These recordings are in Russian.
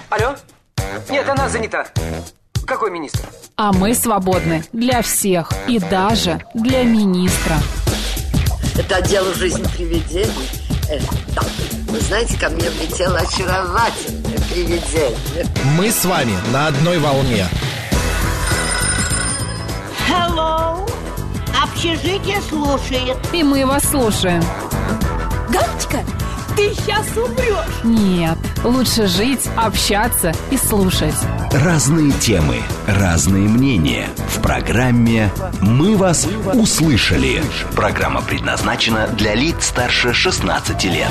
Алло? Нет, она занята. Какой министр? А мы свободны для всех и даже для министра. Это дело жизни привидений. Да. Вы знаете, ко мне влетело очаровательное привидение. Мы с вами на одной волне. Hello. Общежитие слушает. И мы вас слушаем. Галочка, ты сейчас умрешь. Нет, лучше жить, общаться и слушать. Разные темы, разные мнения. В программе «Мы вас услышали». Программа предназначена для лиц старше 16 лет.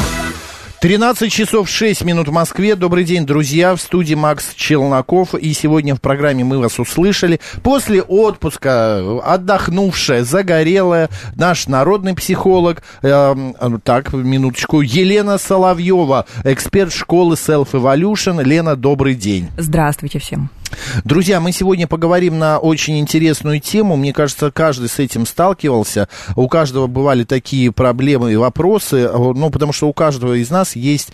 13 часов 6 минут в Москве. Добрый день, друзья. В студии Макс Челноков. И сегодня в программе «Мы вас услышали». После отпуска отдохнувшая, загорелая наш народный психолог, так, минуточку, Елена Соловьева, эксперт школы Self Evolution. Лена, добрый день. Здравствуйте всем. Друзья, мы сегодня поговорим на очень интересную тему. Мне кажется, каждый с этим сталкивался. У каждого бывали такие проблемы и вопросы. Ну, потому что у каждого из нас есть...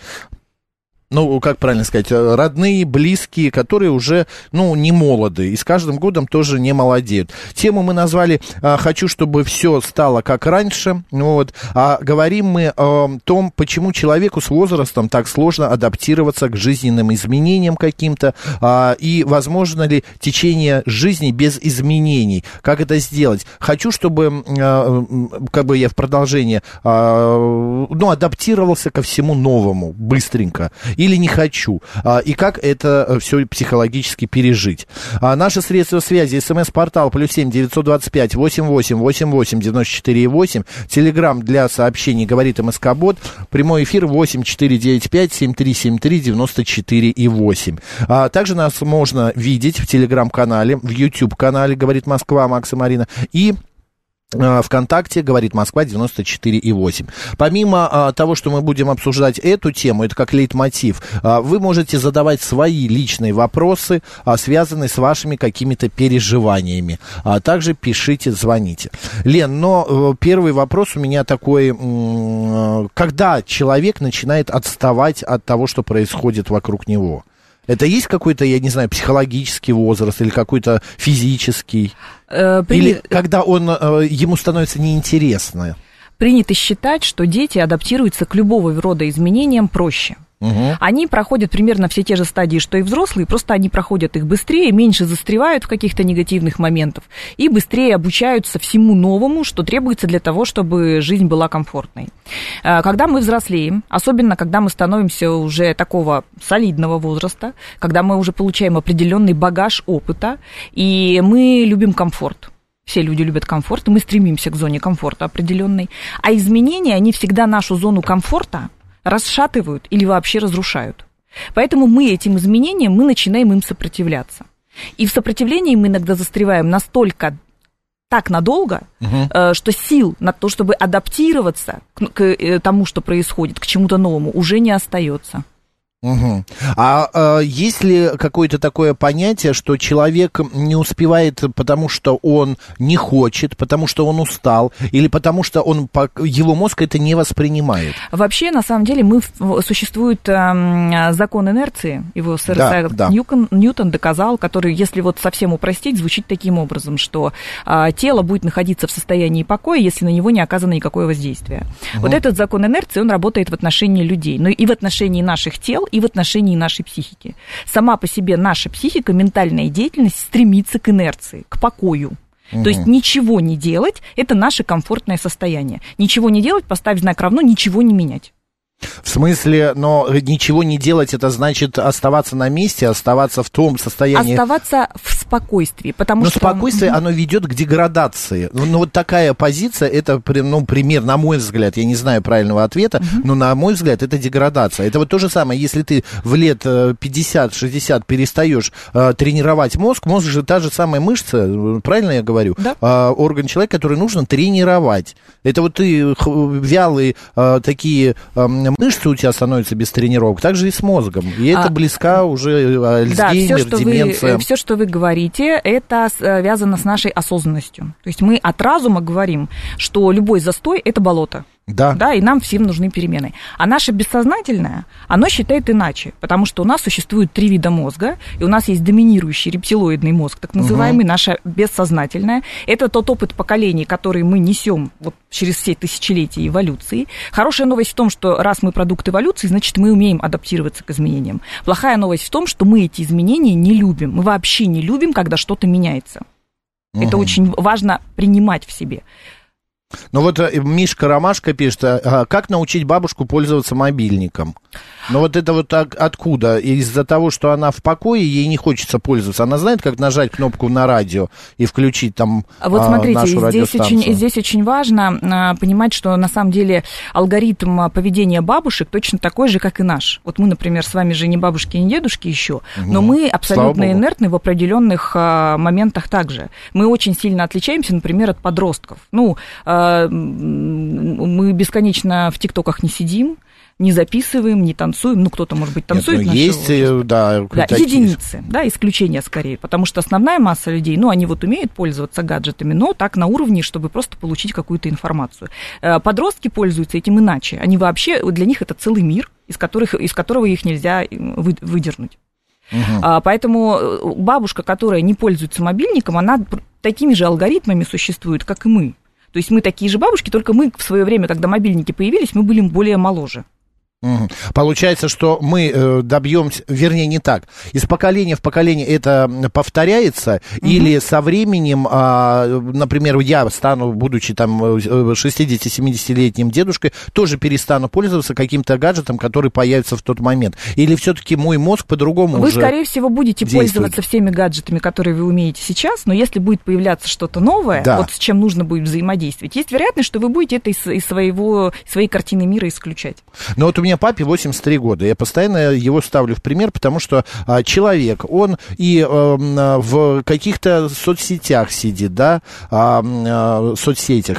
Ну, как правильно сказать, родные, близкие, которые уже, не молоды, и с каждым годом тоже не молодеют. Тему мы назвали «Хочу, чтобы все стало как раньше». Вот. А говорим мы о том, почему человеку с возрастом так сложно адаптироваться к жизненным изменениям каким-то, и возможно ли течение жизни без изменений. Как это сделать? Хочу, чтобы, как бы я в продолжение, адаптировался ко всему новому быстренько. Или не хочу, и как это все психологически пережить. Наши средства связи: СМС-портал +7 925 88 88 94 8, Телеграм для сообщений «Говорит МСК-бот», прямой эфир 8 495 7373 94 8. Также нас можно видеть в Телеграм-канале, в YouTube-канале «Говорит Москва» Макс и Марина, и ВКонтакте «Говорит Москва» 94,8. Помимо того, что мы будем обсуждать эту тему, это как лейтмотив, вы можете задавать свои личные вопросы, связанные с вашими какими-то переживаниями. Также пишите, звоните. Лен, но первый вопрос у меня такой: когда человек начинает отставать от того, что происходит вокруг него? Это есть какой-то, я не знаю, психологический возраст или какой-то физический? Или когда ему становится неинтересно? Принято считать, что дети адаптируются к любого рода изменениям проще. Угу. Они проходят примерно все те же стадии, что и взрослые, просто они проходят их быстрее, меньше застревают в каких-то негативных моментах и быстрее обучаются всему новому, что требуется для того, чтобы жизнь была комфортной. Когда мы взрослеем, особенно когда мы становимся уже такого солидного возраста, когда мы уже получаем определенный багаж опыта, и мы любим комфорт. Все люди любят комфорт, и мы стремимся к зоне комфорта определенной. А изменения, они всегда нашу зону комфорта расшатывают или вообще разрушают. Поэтому мы этим изменениям, мы начинаем им сопротивляться. И в сопротивлении мы иногда застреваем настолько так надолго, что сил на то, чтобы адаптироваться к тому, что происходит, к чему-то новому, уже не остается. Угу. А есть ли какое-то такое понятие, что человек не успевает, потому что он не хочет, потому что он устал, или потому что его мозг это не воспринимает? Вообще, на самом деле, существует закон инерции, его сэр Ньютон доказал, который, если вот совсем упростить, звучит таким образом, что тело будет находиться в состоянии покоя, если на него не оказано никакое воздействие. Угу. Вот этот закон инерции, он работает в отношении людей, но и в отношении наших тел, и в отношении нашей психики. Сама по себе наша психика, ментальная деятельность стремится к инерции, к покою. То есть ничего не делать – это наше комфортное состояние. Ничего не делать, поставить знак равно, ничего не менять. В смысле, но ничего не делать, это значит оставаться на месте, оставаться в том состоянии... Оставаться в спокойствии, потому что... Но спокойствие, оно ведет к деградации. Ну, вот такая позиция, это, пример, на мой взгляд, я не знаю правильного ответа, но, на мой взгляд, это деградация. Это вот то же самое, если ты в лет 50-60 перестаешь тренировать мозг же та же самая мышца, правильно я говорю? Да. Орган человека, который нужно тренировать. Это вот ты вялые такие... мышцы у тебя становятся без тренировок, так же и с мозгом. И это близко уже Альцгеймер, деменция. Все, что вы говорите, это связано с нашей осознанностью. То есть мы от разума говорим, что любой застой – это болото. Да, и нам всем нужны перемены. А наше бессознательное, оно считает иначе, потому что у нас существует 3 вида мозга, и у нас есть доминирующий рептилоидный мозг, так называемый, наше бессознательное. Это тот опыт поколений, который мы несем вот через все тысячелетия эволюции. Хорошая новость в том, что раз мы продукт эволюции, значит, мы умеем адаптироваться к изменениям. Плохая новость в том, что мы эти изменения не любим. Мы вообще не любим, когда что-то меняется. Это очень важно принимать в себе. Ну вот Мишка Ромашка пишет, как научить бабушку пользоваться мобильником? Ну вот это вот откуда? Из-за того, что она в покое, ей не хочется пользоваться. Она знает, как нажать кнопку на радио и включить там вот смотрите, нашу радиостанцию? Здесь очень важно понимать, что на самом деле алгоритм поведения бабушек точно такой же, как и наш. Вот мы, например, с вами же не бабушки, не дедушки еще, но мы абсолютно инертны в определенных моментах также. Мы очень сильно отличаемся, например, от подростков. Ну, мы бесконечно в ТикТоках не сидим, не записываем, не танцуем. Ну, кто-то, может быть, танцует. Нет, есть, единицы, исключения скорее. Потому что основная масса людей, они вот умеют пользоваться гаджетами, но так на уровне, чтобы просто получить какую-то информацию. Подростки пользуются этим иначе. Они вообще, для них это целый мир, из которого их нельзя выдернуть. Поэтому бабушка, которая не пользуется мобильником, она такими же алгоритмами существует, как и мы. То есть мы такие же бабушки, только мы в свое время, когда мобильники появились, мы были более моложе. Получается, что мы добьемся, вернее, не так. Из поколения в поколение это повторяется, или со временем, например, я стану, будучи там 60-70-летним дедушкой, тоже перестану пользоваться каким-то гаджетом, который появится в тот момент. Или все-таки мой мозг по-другому Вы, уже скорее всего, будете действует. Пользоваться всеми гаджетами, которые вы умеете сейчас, но если будет появляться что-то новое, вот с чем нужно будет взаимодействовать, есть вероятность, что вы будете это из своей картины мира исключать. Но вот у меня папе 83 года. Я постоянно его ставлю в пример, потому что человек, он и в каких-то соцсетях сидит, соцсетях,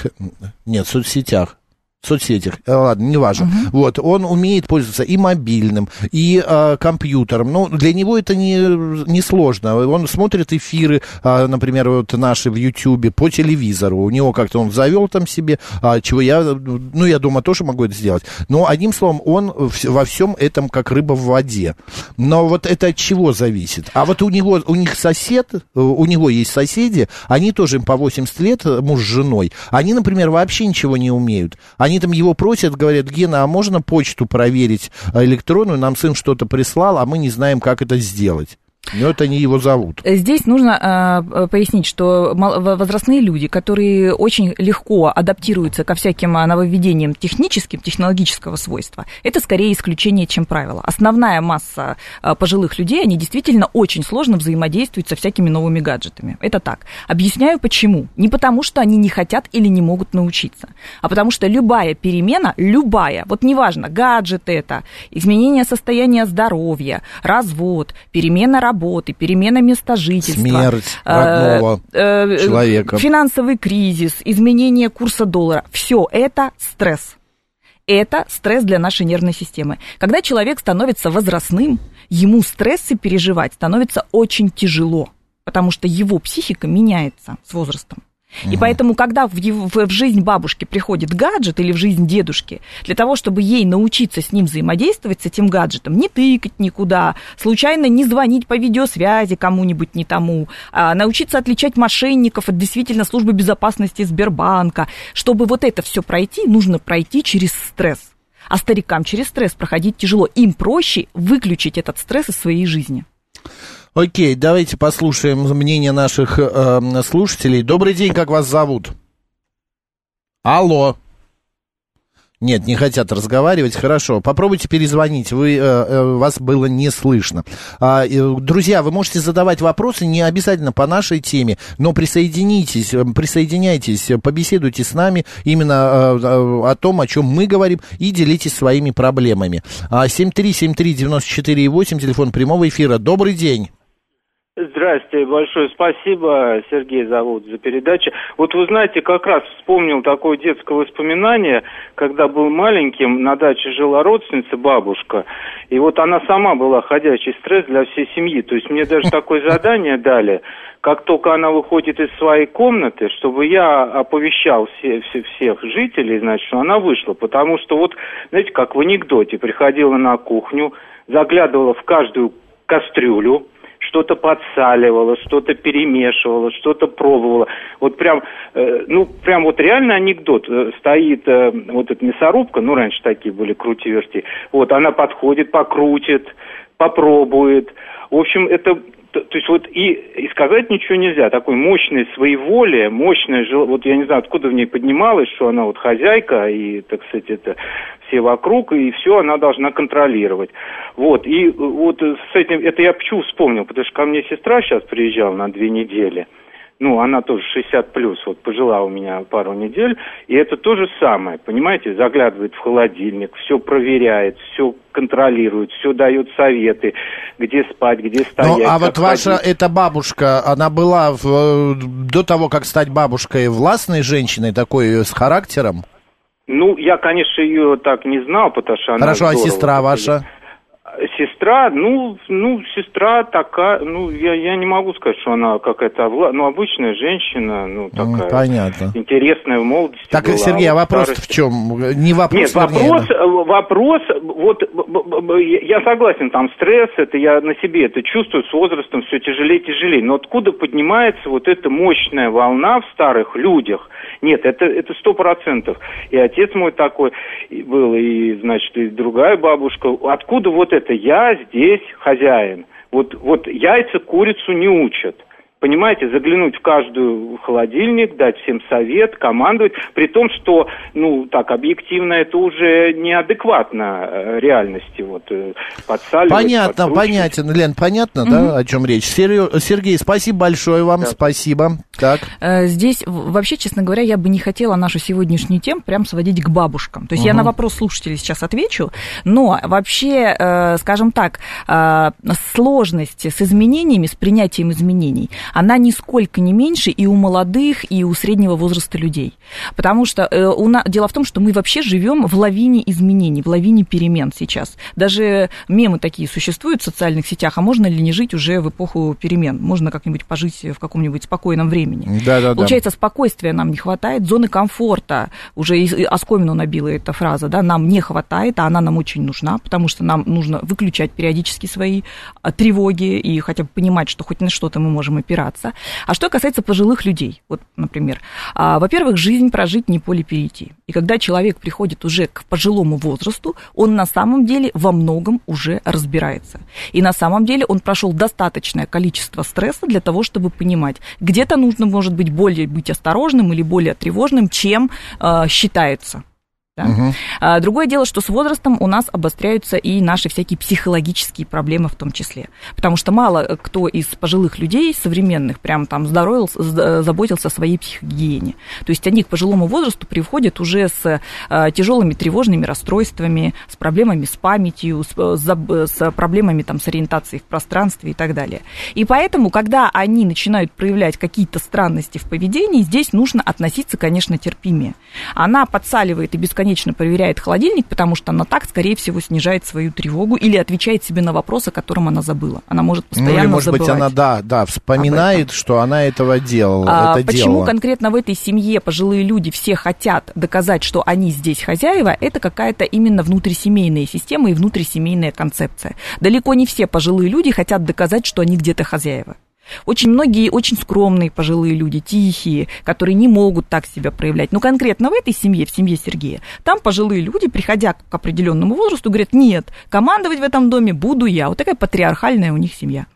ладно, неважно. Вот, он умеет пользоваться и мобильным, и компьютером. Ну, для него это не сложно. Он смотрит эфиры, например, вот наши в Ютьюбе по телевизору. У него как-то он завел там себе, чего я дома тоже могу это сделать. Но, одним словом, он во всем этом как рыба в воде. Но вот это от чего зависит? А вот у него есть соседи, они тоже им по 80 лет, муж с женой. Они, например, вообще ничего не умеют. Они там его просят, говорят: Гена, а можно почту проверить электронную? Нам сын что-то прислал, а мы не знаем, как это сделать. Но это они его зовут. Здесь нужно пояснить, что возрастные люди, которые очень легко адаптируются ко всяким нововведениям технологического свойства, это скорее исключение, чем правило. Основная масса пожилых людей, они действительно очень сложно взаимодействуют со всякими новыми гаджетами. Это так. Объясняю, почему. Не потому, что они не хотят или не могут научиться, а потому что любая перемена, вот неважно, гаджет это, изменение состояния здоровья, развод, перемена работы, перемена места жительства, смерть родного человека, финансовый кризис, изменение курса доллара. Все это стресс. Это стресс для нашей нервной системы. Когда человек становится возрастным, ему стрессы переживать становится очень тяжело, потому что его психика меняется с возрастом. И поэтому, когда в жизнь бабушки приходит гаджет или в жизнь дедушки, для того, чтобы ей научиться с ним взаимодействовать, с этим гаджетом, не тыкать никуда, случайно не звонить по видеосвязи кому-нибудь не тому, а научиться отличать мошенников от действительно службы безопасности Сбербанка, чтобы вот это все пройти, нужно пройти через стресс. А старикам через стресс проходить тяжело. Им проще выключить этот стресс из своей жизни. Окей, давайте послушаем мнение наших слушателей. Добрый день, как вас зовут? Алло. Нет, не хотят разговаривать. Хорошо, попробуйте перезвонить. Вас было не слышно. Друзья, вы можете задавать вопросы не обязательно по нашей теме, но присоединяйтесь, побеседуйте с нами именно о том, о чем мы говорим, и делитесь своими проблемами. 7373948, телефон прямого эфира. Добрый день. Здрасте, большое спасибо, Сергей зовут, за передачу. Вот вы знаете, как раз вспомнил такое детское воспоминание, когда был маленьким, на даче жила родственница, бабушка, и вот она сама была ходячий стресс для всей семьи. То есть мне даже такое задание дали, как только она выходит из своей комнаты, чтобы я оповещал всех жителей, значит, что она вышла. Потому что вот, знаете, как в анекдоте, приходила на кухню, заглядывала в каждую кастрюлю, что-то подсаливала, что-то перемешивала, что-то пробовала. Вот прям, прям вот реально анекдот. Стоит вот эта мясорубка, раньше такие были крути-верти, вот, она подходит, покрутит, попробует. В общем, это, то есть вот и сказать ничего нельзя. Такой мощной своеволие, мощное желание, вот я не знаю, откуда в ней поднималось, что она вот хозяйка, и, так сказать, это все вокруг, и все она должна контролировать. Вот, и вот с этим, это я почему вспомнил, потому что ко мне сестра сейчас приезжала на 2 недели, она тоже 60+, вот пожила у меня пару недель, и это то же самое, понимаете, заглядывает в холодильник, все проверяет, все контролирует, все дает советы, где спать, где стоять. А вот ваша эта бабушка, она была до того, как стать бабушкой, властной женщиной, такой с характером? Я, конечно, ее так не знал, потому что она... Хорошо, а сестра ваша? Сестра, сестра такая, я не могу сказать, что она какая-то, обычная женщина, такая... Понятно. Интересная в молодости. Так, была, Сергей, а вопрос в чем? Не вопрос, вопрос, вот, я согласен, там стресс, это я на себе это чувствую, с возрастом все тяжелее и тяжелее, но откуда поднимается вот эта мощная волна в старых людях? Нет, это 100%. И отец мой такой был, и, значит, и другая бабушка. Откуда вот это? Я здесь хозяин. Вот яйца курицу не учат. Понимаете, заглянуть в каждую холодильник, дать всем совет, командовать, при том, что, объективно это уже неадекватно реальности, подсаливать. Понятен, Лен, понятно, да, о чем речь? Сергей, спасибо большое вам, да. Спасибо. Так. Здесь, вообще, честно говоря, я бы не хотела нашу сегодняшнюю тему прям сводить к бабушкам. То есть я на вопрос слушателей сейчас отвечу, но вообще, скажем так, сложность с изменениями, с принятием изменений, она нисколько не меньше и у молодых, и у среднего возраста людей. Потому что дело в том, что мы вообще живем в лавине изменений, в лавине перемен сейчас. Даже мемы такие существуют в социальных сетях, а можно ли не жить уже в эпоху перемен? Можно как-нибудь пожить в каком-нибудь спокойном времени. Да. Получается, спокойствия нам не хватает, зоны комфорта, уже оскомину набила эта фраза, да, нам не хватает, а она нам очень нужна, потому что нам нужно выключать периодически свои тревоги и хотя бы понимать, что хоть на что-то мы можем опираться. А что касается пожилых людей, вот, например, во-первых, жизнь прожить не поле перейти. И когда человек приходит уже к пожилому возрасту, он на самом деле во многом уже разбирается. И на самом деле он прошел достаточное количество стресса для того, чтобы понимать, где-то нужно, может быть, более быть осторожным или более тревожным, чем считается. Да? Другое дело, что с возрастом у нас обостряются и наши всякие психологические проблемы в том числе. Потому что мало кто из пожилых людей современных прям там заботился о своей психогигиене. То есть они к пожилому возрасту приходят уже с тяжелыми тревожными расстройствами, с проблемами с памятью, с проблемами там, с ориентацией в пространстве и так далее. И поэтому, когда они начинают проявлять какие-то странности в поведении, здесь нужно относиться, конечно, терпимее. Она подсаливает и бесконечно проверяет холодильник, потому что она так, скорее всего, снижает свою тревогу или отвечает себе на вопрос, о котором она забыла. Она может постоянно или, может забывать. Быть, она, вспоминает, что она этого делала. Почему конкретно в этой семье пожилые люди все хотят доказать, что они здесь хозяева, это какая-то именно внутрисемейная система и внутрисемейная концепция. Далеко не все пожилые люди хотят доказать, что они где-то хозяева. Очень многие очень скромные пожилые люди, тихие, которые не могут так себя проявлять. Но конкретно в этой семье, в семье Сергея, там пожилые люди, приходя к определенному возрасту, говорят, нет, командовать в этом доме буду я. Вот такая патриархальная у них семья.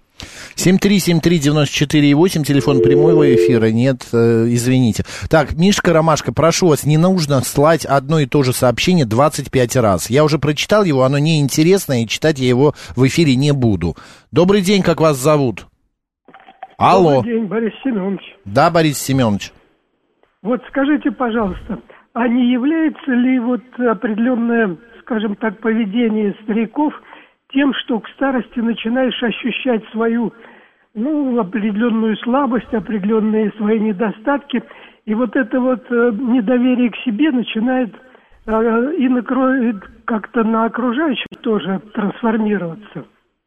7373948, телефон прямого эфира, нет, извините. Так, Мишка Ромашка, прошу вас, не нужно слать одно и то же сообщение 25 раз. Я уже прочитал его, оно неинтересно, и читать я его в эфире не буду. Добрый день, как вас зовут? Алло. Добрый день, Борис Семенович. Да, Борис Семенович. Вот скажите, пожалуйста, а не является ли вот определенное, скажем так, поведение стариков тем, что к старости начинаешь ощущать свою определенную слабость, определенные свои недостатки. И вот это вот недоверие к себе начинает и как-то на окружающих тоже трансформироваться.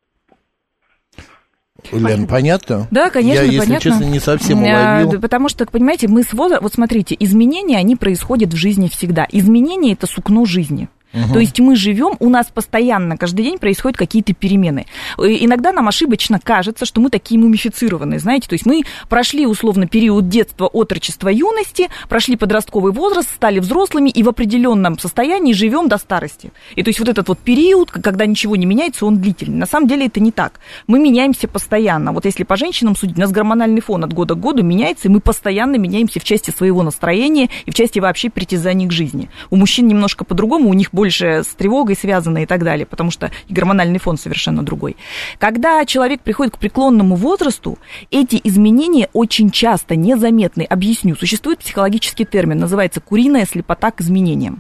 Лен, понятно? Да, конечно, я, если понятно. честно, не совсем уловил. Потому что, понимаете, мы с возрастом... Вот смотрите, изменения, они происходят в жизни всегда. Изменения – это сукно жизни. То есть мы живем, у нас постоянно, каждый день происходят какие-то перемены. Иногда нам ошибочно кажется, что мы такие мумифицированные, знаете, то есть мы прошли условно период детства, отрочества, юности, прошли подростковый возраст, стали взрослыми и в определенном состоянии живем до старости. И то есть вот этот вот период, когда ничего не меняется, он длительный. На самом деле это не так. Мы меняемся постоянно. Вот если по женщинам судить, у нас гормональный фон от года к году меняется, и мы постоянно меняемся в части своего настроения и в части вообще притязаний к жизни. У мужчин немножко по-другому, у них больше с тревогой связано и так далее, потому что гормональный фон совершенно другой. Когда человек приходит к преклонному возрасту, эти изменения очень часто незаметны. Объясню. Существует психологический термин, называется куриная слепота к изменениям.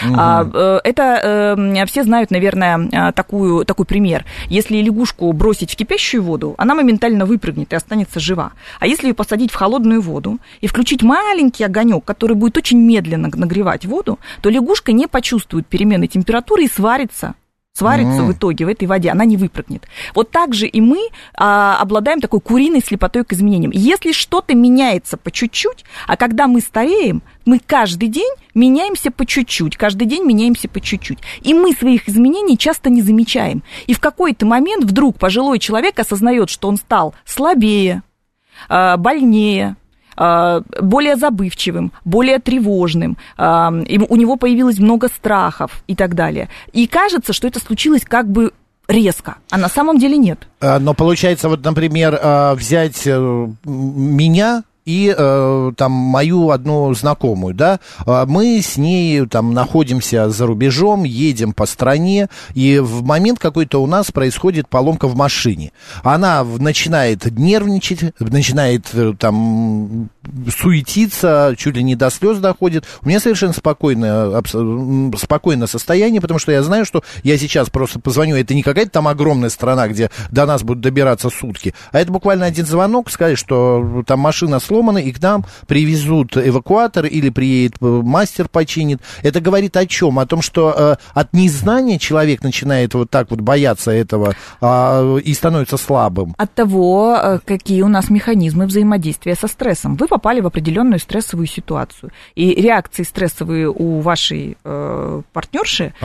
Это все знают, наверное, такой пример. Если лягушку бросить в кипящую воду, она моментально выпрыгнет и останется жива. А если ее посадить в холодную воду и включить маленький огонек, который будет очень медленно нагревать воду, то лягушка не почувствует перемены температуры и сварится в итоге в этой воде, она не выпрыгнет. Вот так же и мы обладаем такой куриной слепотой к изменениям. Если что-то меняется по чуть-чуть, а когда мы стареем, мы каждый день меняемся по чуть-чуть, И мы своих изменений часто не замечаем. И в какой-то момент вдруг пожилой человек осознает, что он стал слабее, больнее, более забывчивым, более тревожным, у него появилось много страхов и так далее. И кажется, что это случилось как бы резко, а на самом деле нет. Но получается, вот, например, взять меня и там мою одну знакомую, да, мы с ней там находимся за рубежом, едем по стране, и в момент какой-то у нас происходит поломка в машине. Она начинает нервничать, начинает там суетиться, чуть ли не до слез доходит. У меня совершенно спокойное состояние, потому что я знаю, что я сейчас просто позвоню, это не какая-то там огромная страна, где до нас будут добираться сутки, а это буквально один звонок, сказать, что там машина сломана, и к нам привезут эвакуатор или приедет мастер починит. Это говорит о чем? О том, что от незнания человек начинает вот так вот бояться этого и становится слабым. От того, какие у нас механизмы взаимодействия со стрессом. Вы попали в определенную стрессовую ситуацию. И реакции стрессовые у вашей партнерши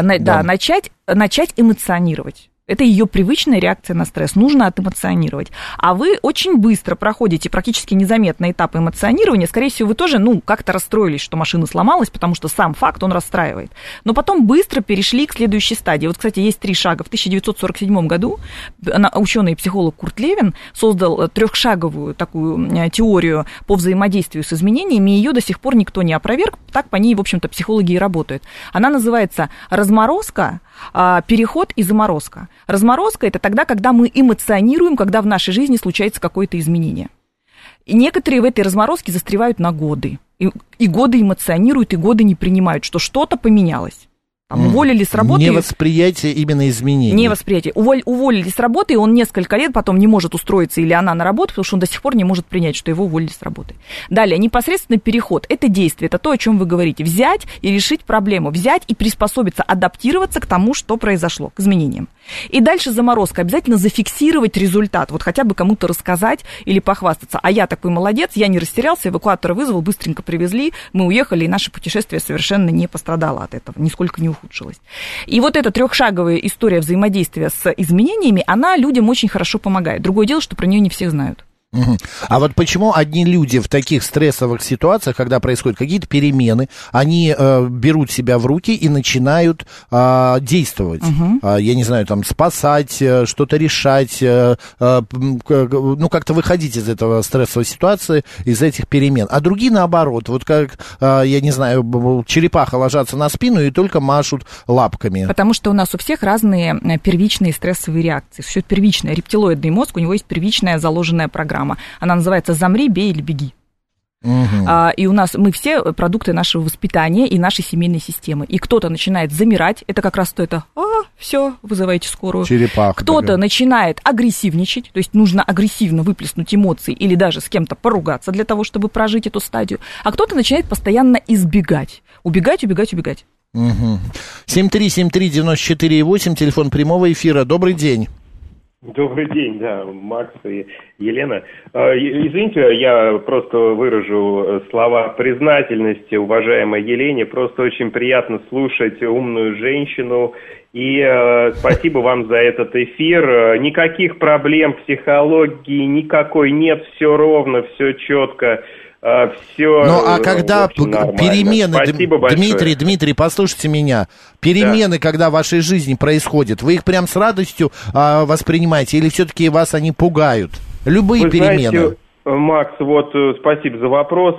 начать эмоционировать. Это ее привычная реакция на стресс. Нужно отэмоционировать. А вы очень быстро проходите практически незаметно этап эмоционирования. Скорее всего, вы тоже, как-то расстроились, что машина сломалась, потому что сам факт, он расстраивает. Но потом быстро перешли к следующей стадии. Вот, кстати, есть 3 шага. В 1947 году ученый и психолог Курт Левин создал 3-шаговую такую теорию по взаимодействию с изменениями. Ее до сих пор никто не опроверг. Так по ней, в общем-то, психологи и работают. Она называется разморозка, переход и заморозка. Разморозка – это тогда, когда мы эмоционируем, когда в нашей жизни случается какое-то изменение. И некоторые в этой разморозке застревают на годы. И годы эмоционируют, и годы не принимают, что что-то поменялось. Уволили с работы. Невосприятие именно изменений. Невосприятие. Уволили с работы, и он несколько лет потом не может устроиться, или она на работу, потому что он до сих пор не может принять, что его уволили с работы. Далее, непосредственно переход. Это действие, это то, о чем вы говорите. Взять и решить проблему. Взять и приспособиться, адаптироваться к тому, что произошло, к изменениям. И дальше заморозка. Обязательно зафиксировать результат. Вот хотя бы кому-то рассказать или похвастаться. А я такой молодец, я не растерялся, эвакуатора вызвал, быстренько привезли, мы уехали, и наше путешествие совершенно не пострадало от этого, нисколько не ухудшилось. И вот эта 3-шаговая история взаимодействия с изменениями, она людям очень хорошо помогает. Другое дело, что про нее не все знают. А вот почему одни люди в таких стрессовых ситуациях, когда происходят какие-то перемены, они берут себя в руки и начинают действовать? Я не знаю, там, спасать, что-то решать, как-то выходить из этого стрессовой ситуации, из этих перемен. А другие наоборот, вот как, я не знаю, черепаха ложатся на спину и только машут лапками. Потому что у нас у всех разные первичные стрессовые реакции. Все первичное. Рептилоидный мозг, у него есть первичная заложенная программа. Она называется «Замри, бей или беги». И у нас мы все продукты нашего воспитания и нашей семейной системы. И кто-то начинает замирать, это как раз то это, все, вызывайте скорую. Черепаха. Кто-то начинает агрессивничать, то есть нужно агрессивно выплеснуть эмоции или даже с кем-то поругаться для того, чтобы прожить эту стадию. А кто-то начинает постоянно избегать. Убегать. 7373948, телефон прямого эфира. Добрый день. Добрый день, да, Макс и Елена. Извините, я просто выражу слова признательности уважаемой Елене. Просто очень приятно слушать умную женщину. И спасибо вам за этот эфир. Никаких проблем психологии никакой нет, все ровно, все четко. Все, ну, а когда перемены, Дмитрий, послушайте меня, перемены, когда в вашей жизни происходят, вы их прям с радостью воспринимаете или все-таки вас они пугают? Любые перемены. Знаете, Макс, вот спасибо за вопрос.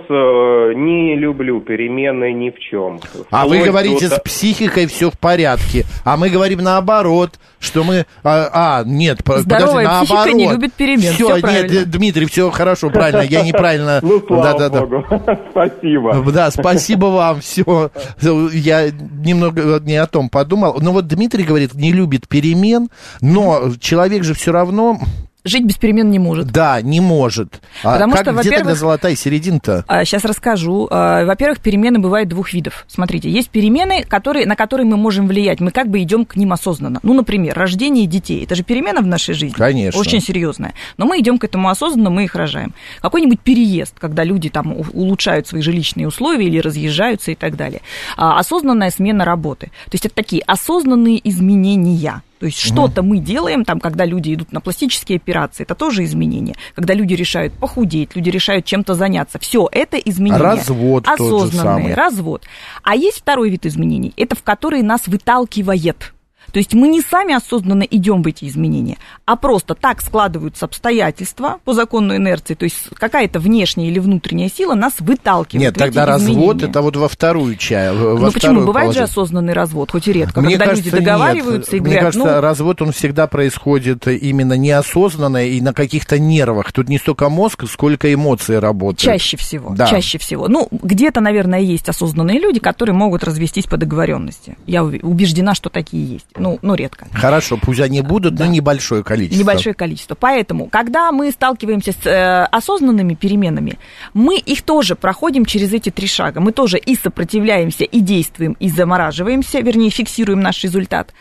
Не люблю перемены ни в чем. А вы говорите, с психикой все в порядке. А мы говорим наоборот, что мы... нет, здоровая подожди, психика наоборот. Не любит перемен, все правильно. Нет, Дмитрий, все хорошо, правильно, я неправильно... Ну, слава богу, спасибо. Да, спасибо вам, все. Я немного не о том подумал. Но вот Дмитрий говорит, не любит перемен, но человек же все равно... Жить без перемен не может. Да, не может. Потому что, где тогда золотая середина-то? Сейчас расскажу. Во-первых, перемены бывают двух видов. Смотрите, есть перемены, на которые мы можем влиять. Мы как бы идем к ним осознанно. Ну, например, рождение детей. Это же перемена в нашей жизни. Конечно. Очень серьезная. Но мы идем к этому осознанно, мы их рожаем. Какой-нибудь переезд, когда люди там улучшают свои жилищные условия или разъезжаются и так далее. Осознанная смена работы. То есть это такие осознанные изменения. То есть что-то мы делаем, там, когда люди идут на пластические операции, это тоже изменение. Когда люди решают похудеть, люди решают чем-то заняться. Все это изменения. Развод осознанные, развод. А есть второй вид изменений, это в который нас выталкивает. То есть мы не сами осознанно идем в эти изменения, а просто так складываются обстоятельства по закону инерции, то есть какая-то внешняя или внутренняя сила нас выталкивает. Нет, тогда развод это вот во вторую часть. Ну почему? Бывает же осознанный развод, хоть и редко, когда люди договариваются и говорят... Мне кажется, развод, он всегда происходит именно неосознанно и на каких-то нервах. Тут не столько мозг, сколько эмоции работают. Чаще всего, да. чаще всего. Ну, где-то, наверное, есть осознанные люди, которые могут развестись по договоренности. Я убеждена, что такие есть. Ну, редко. Хорошо, пусть они будут, но небольшое количество. Небольшое количество. Поэтому, когда мы сталкиваемся с осознанными переменами, мы их тоже проходим через эти 3 шага. Мы тоже и сопротивляемся, и действуем, и замораживаемся, вернее, фиксируем наш результат.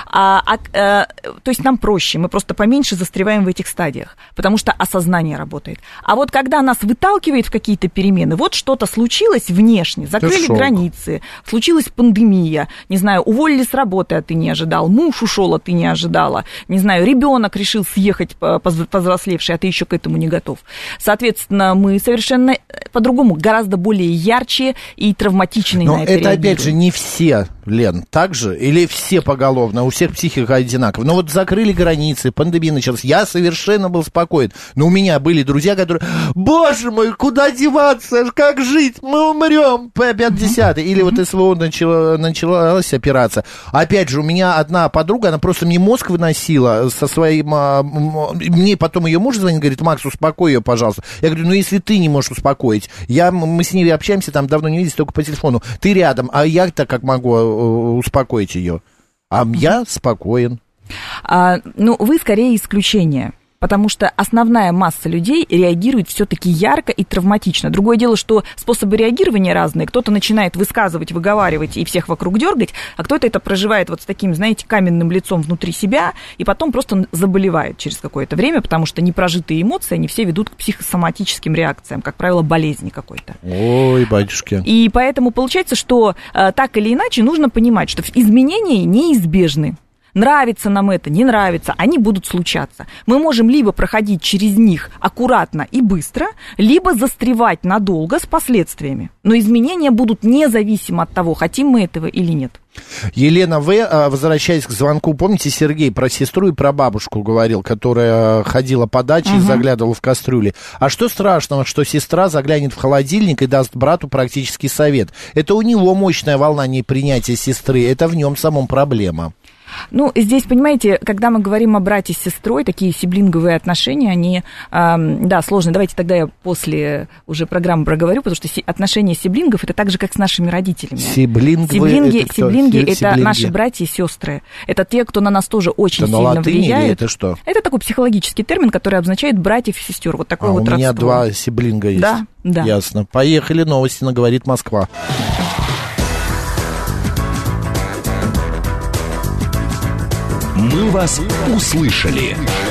То есть нам проще, мы просто поменьше застреваем в этих стадиях, потому что осознание работает. А вот когда нас выталкивает в какие-то перемены, вот что-то случилось внешне, закрыли границы, случилась пандемия, не знаю, уволили с работы, а ты не ожидал, муж ушел, а ты не ожидала, не знаю, ребенок решил съехать повзрослевший, а ты еще к этому не готов. Соответственно, мы совершенно по-другому, гораздо более ярче и травматичнее на это реагируем. Но это, опять же, не все, Лен, так же? Или все поголовно, у всех психика одинакова? Ну вот закрыли границы, пандемия началась, я совершенно был спокоен. Но у меня были друзья, которые, боже мой, куда деваться, как жить, мы умрем, P50. Или вот СВО началась операция. Опять же, у меня одна подруга, она просто мне мозг выносила со своим... Мне потом ее муж звонит, говорит, Макс, успокой ее, пожалуйста. Я говорю, ну если ты не можешь успокоить, мы с ней общаемся, там давно не виделись, только по телефону, ты рядом, а я-то как могу успокоить ее? А я спокоен. Вы скорее исключение. Потому что основная масса людей реагирует все-таки ярко и травматично. Другое дело, что способы реагирования разные. Кто-то начинает высказывать, выговаривать и всех вокруг дергать, а кто-то это проживает вот с таким, знаете, каменным лицом внутри себя и потом просто заболевает через какое-то время, потому что непрожитые эмоции, они все ведут к психосоматическим реакциям, как правило, болезни какой-то. Ой, батюшки. И поэтому получается, что так или иначе нужно понимать, что изменения неизбежны. Нравится нам это, не нравится, они будут случаться. Мы можем либо проходить через них аккуратно и быстро, либо застревать надолго с последствиями. Но изменения будут независимо от того, хотим мы этого или нет. Елена В., возвращаясь к звонку, помните, Сергей про сестру и про бабушку говорил, которая ходила по даче и заглядывала в кастрюли. А что страшного, что сестра заглянет в холодильник и даст брату практический совет? Это у него мощная волна непринятия сестры, это в нем самом проблема. Ну, здесь, понимаете, когда мы говорим о брате с сестрой, такие сиблинговые отношения, они, да, сложные. Давайте тогда я после уже программы проговорю, потому что отношения сиблингов это так же, как с нашими родителями. Сиблинги это наши братья и сестры. Это те, кто на нас тоже очень сильно влияет. Это что? Это такой психологический термин, который обозначает братьев и сестер. Вот такое вот родство. У меня 2 сиблинга есть. Да, да. Ясно. Поехали, новости на «Говорит Москва». Мы вас услышали.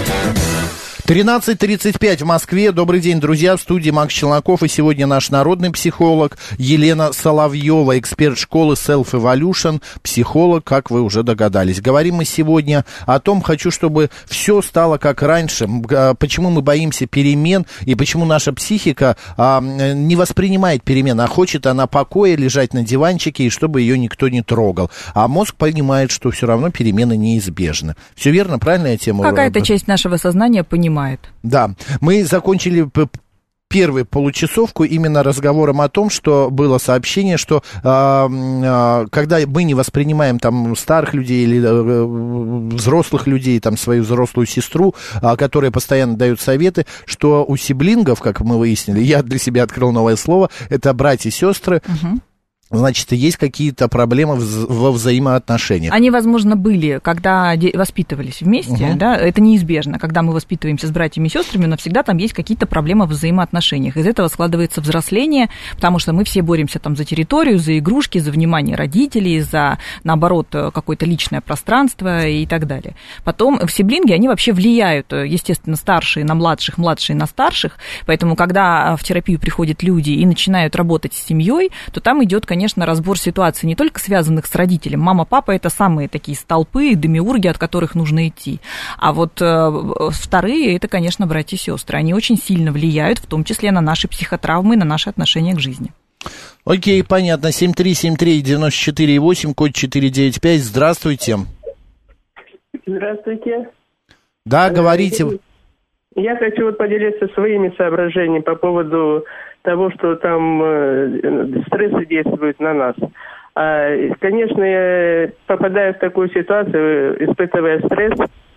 13:35 в Москве. Добрый день, друзья. В студии Макс Челноков. И сегодня наш народный психолог Елена Соловьева, эксперт школы Self Evolution, психолог, как вы уже догадались. Говорим мы сегодня о том, хочу, чтобы все стало как раньше. Почему мы боимся перемен и почему наша психика не воспринимает перемены, а хочет она покоя, лежать на диванчике, и чтобы ее никто не трогал. А мозг понимает, что все равно перемены неизбежны. Все верно? Правильная тема? Какая-то часть нашего сознания понимает. Да, мы закончили первую получасовку именно разговором о том, что было сообщение, что когда мы не воспринимаем там старых людей или взрослых людей, там свою взрослую сестру, которая постоянно дает советы, что у сиблингов, как мы выяснили, я для себя открыл новое слово, это братья и сестры. Значит, есть какие-то проблемы во взаимоотношениях. Они, возможно, были, когда воспитывались вместе, да, это неизбежно. Когда мы воспитываемся с братьями и сестрами, навсегда там есть какие-то проблемы в взаимоотношениях. Из этого складывается взросление, потому что мы все боремся там за территорию, за игрушки, за внимание родителей, за, наоборот, какое-то личное пространство и так далее. Потом в сиблинги они вообще влияют, естественно, старшие на младших, младшие на старших, поэтому, когда в терапию приходят люди и начинают работать с семьей, то там идет, конечно, разбор ситуаций, не только связанных с родителем. Мама, папа – это самые такие столпы, демиурги, от которых нужно идти. А вот вторые – это, конечно, братья и сестры. Они очень сильно влияют, в том числе на наши психотравмы, на наши отношения к жизни. Окей, понятно. 7373948, код 495. Здравствуйте. Здравствуйте. Да, говорите. Я хочу поделиться своими соображениями по поводу того, что там стрессы действуют на нас. Конечно, я попадаю в такую ситуацию, испытывая стресс,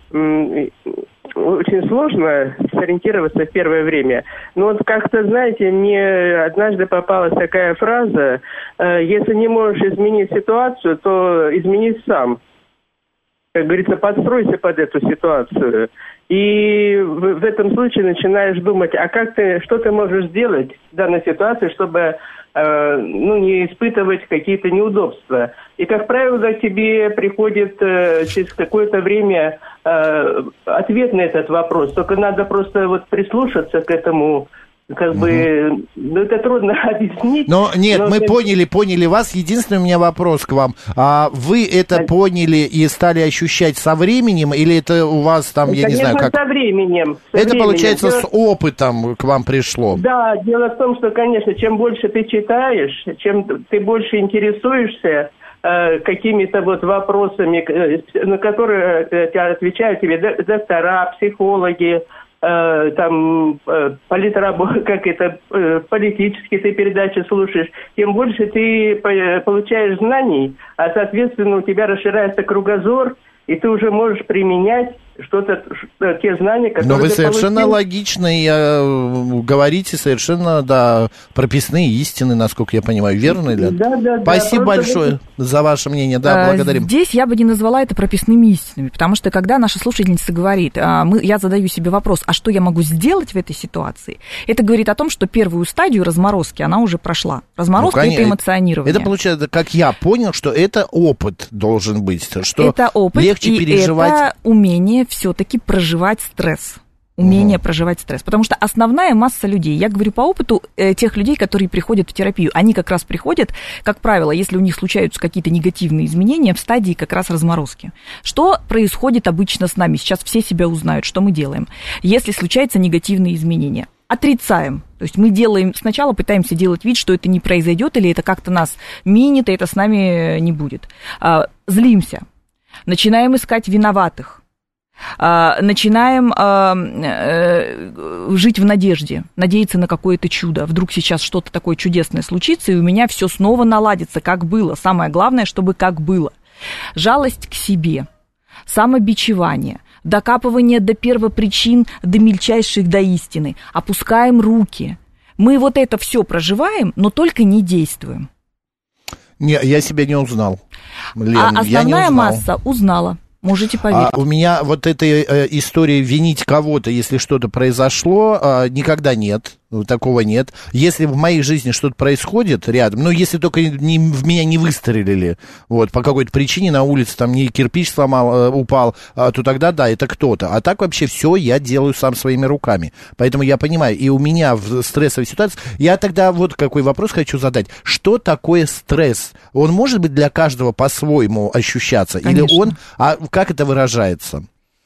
очень сложно сориентироваться в первое время. Но вот как-то, знаете, мне однажды попалась такая фраза: если не можешь изменить ситуацию, то изменись сам. Как говорится, подстройся под эту ситуацию. И в этом случае начинаешь думать, а что ты можешь сделать в данной ситуации, чтобы не испытывать какие-то неудобства. И, как правило, к тебе приходит через какое-то время ответ на этот вопрос. Только надо просто прислушаться к этому. Это трудно объяснить. Мы поняли вас. Единственный у меня вопрос к вам. А вы это поняли и стали ощущать со временем, или это у вас там, я не знаю, как... со временем. Получается, с опытом к вам пришло. Да, дело в том, что, конечно, чем больше ты читаешь, чем ты больше интересуешься какими-то вопросами, на которые отвечают тебе доктора, психологи, политические ты передачи слушаешь, тем больше ты получаешь знаний, а, соответственно, у тебя расширяется кругозор, и ты уже можешь применять те знания, которые... Но вы совершенно логично говорите, совершенно, прописные истины, насколько я понимаю, верно ли? Да. Спасибо большое за ваше мнение, благодарим. Здесь я бы не назвала это прописными истинами, потому что когда наша слушательница говорит, я задаю себе вопрос, а что я могу сделать в этой ситуации, это говорит о том, что первую стадию разморозки она уже прошла. Разморозка это эмоционирование. Это получается, как я понял, что это опыт должен быть, что это опыт, легче переживать. Это умение все-таки проживать стресс. Умение проживать стресс. Потому что основная масса людей, я говорю по опыту тех людей, которые приходят в терапию, они как раз приходят, как правило, если у них случаются какие-то негативные изменения, в стадии как раз разморозки. Что происходит обычно с нами? Сейчас все себя узнают, что мы делаем. Если случаются негативные изменения, отрицаем. То есть мы сначала пытаемся делать вид, что это не произойдет, или это как-то нас минит, и это с нами не будет. Злимся. Начинаем искать виноватых. Начинаем жить в надежде, надеяться на какое-то чудо. Вдруг сейчас что-то такое чудесное случится, и у меня все снова наладится, как было. Самое главное, чтобы как было. Жалость к себе. самобичевание, докапывание до первопричин, до мельчайших, до истины. Опускаем руки. Мы вот это все проживаем, но только не действуем. Не, я себя не узнал, Лен, а основная я не узнал. масса узнала. Можете поверить. У меня вот этой истории винить кого-то, если что-то произошло, никогда нет. Такого нет. Если в моей жизни что-то происходит рядом, ну, если только в меня не выстрелили, вот, по какой-то причине на улице там не кирпич упал, то тогда да, это кто-то. А так вообще все я делаю сам своими руками. Поэтому я понимаю, и у меня в стрессовой ситуации, я тогда вот какой вопрос хочу задать. Что такое стресс? Он может быть для каждого по-своему ощущаться? Конечно. Или он, как это выражается?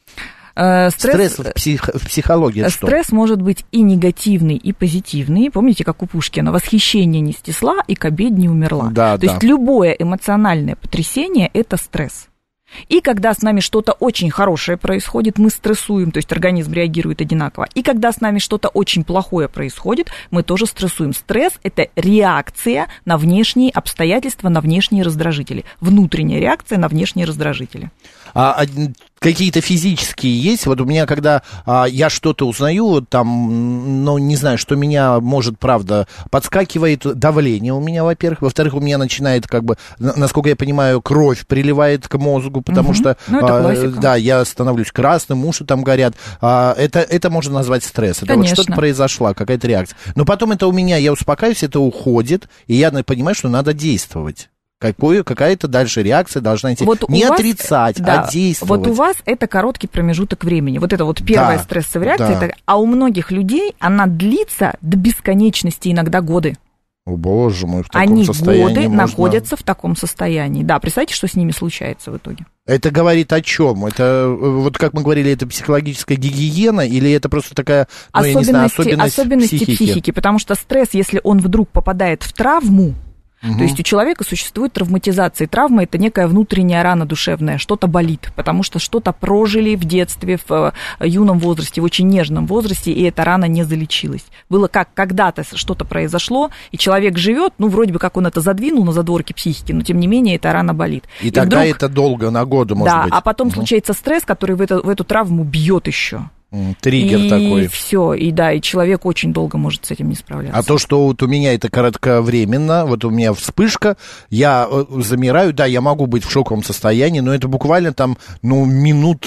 Стресс в психологии что? Стресс может быть и негативный, и позитивный. Помните, как у Пушкина: «Восхищение не снесла, и к обед не умерла». Да, То есть любое эмоциональное потрясение – это стресс. И когда с нами что-то очень хорошее происходит, мы стрессуем, то есть организм реагирует одинаково. И когда с нами что-то очень плохое происходит, мы тоже стрессуем. Стресс – это реакция на внешние обстоятельства, на внешние раздражители. Внутренняя реакция на внешние раздражители. Какие-то физические есть? Вот у меня, когда я что-то узнаю, вот там, ну, не знаю, что меня может, правда, подскакивает давление у меня, во-первых. Во-вторых, у меня начинает, как бы, насколько я понимаю, кровь приливает к мозгу, потому что, да, я становлюсь красным, уши там горят. Это можно назвать стресс. Это вот что-то произошло, какая-то реакция. Но потом это у меня, я успокаиваюсь, это уходит, и я понимаю, что надо действовать. Какая-то дальше реакция должна идти. Вот не отрицать, а действовать. Вот у вас это короткий промежуток времени. Вот это вот первая стрессовая реакция. А у многих людей она длится до бесконечности, иногда годы. О, боже мой, в таком состоянии Они годы находятся в таком состоянии. Да, представьте, что с ними случается в итоге. Это говорит о чем? Это, вот как мы говорили, это психологическая гигиена или это просто такая, ну, я не знаю, особенность психики? Потому что стресс, если он вдруг попадает в травму, то есть у человека существует травматизация. Травма – это некая внутренняя рана душевная, что-то болит, потому что что-то прожили в детстве, в юном возрасте, в очень нежном возрасте, и эта рана не залечилась. Было как когда-то что-то произошло, и человек живет, ну, вроде бы как он это задвинул на задворки психики, но тем не менее эта рана болит. И тогда вдруг, это долго, на годы, может быть. Да, а потом случается стресс, который в эту травму бьет еще. Триггер такой. И все, и да, и человек очень долго может с этим не справляться. А то, что вот у меня это кратковременно, вот у меня вспышка, я замираю, да, я могу быть в шоковом состоянии, но это буквально там, ну, минут